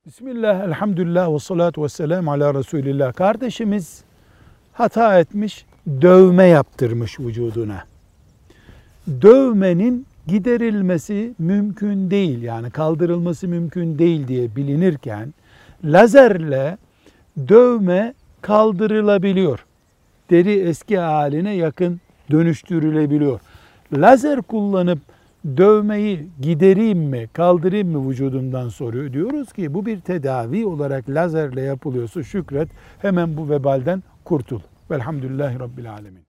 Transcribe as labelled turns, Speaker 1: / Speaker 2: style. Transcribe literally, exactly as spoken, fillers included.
Speaker 1: Bismillah, elhamdülillah ve salatu ve selamu ala Resulillah. Kardeşimiz hata etmiş, dövme yaptırmış vücuduna. Dövmenin giderilmesi mümkün değil, yani kaldırılması mümkün değil diye bilinirken lazerle dövme kaldırılabiliyor. Deri eski haline yakın dönüştürülebiliyor. Lazer kullanıp dövmeyi gidereyim mi, kaldırayım mı vücudumdan soruyor. Diyoruz ki bu bir tedavi olarak lazerle yapılıyorsa şükret, hemen bu vebalden kurtul. Velhamdülillahi Rabbil Alemin.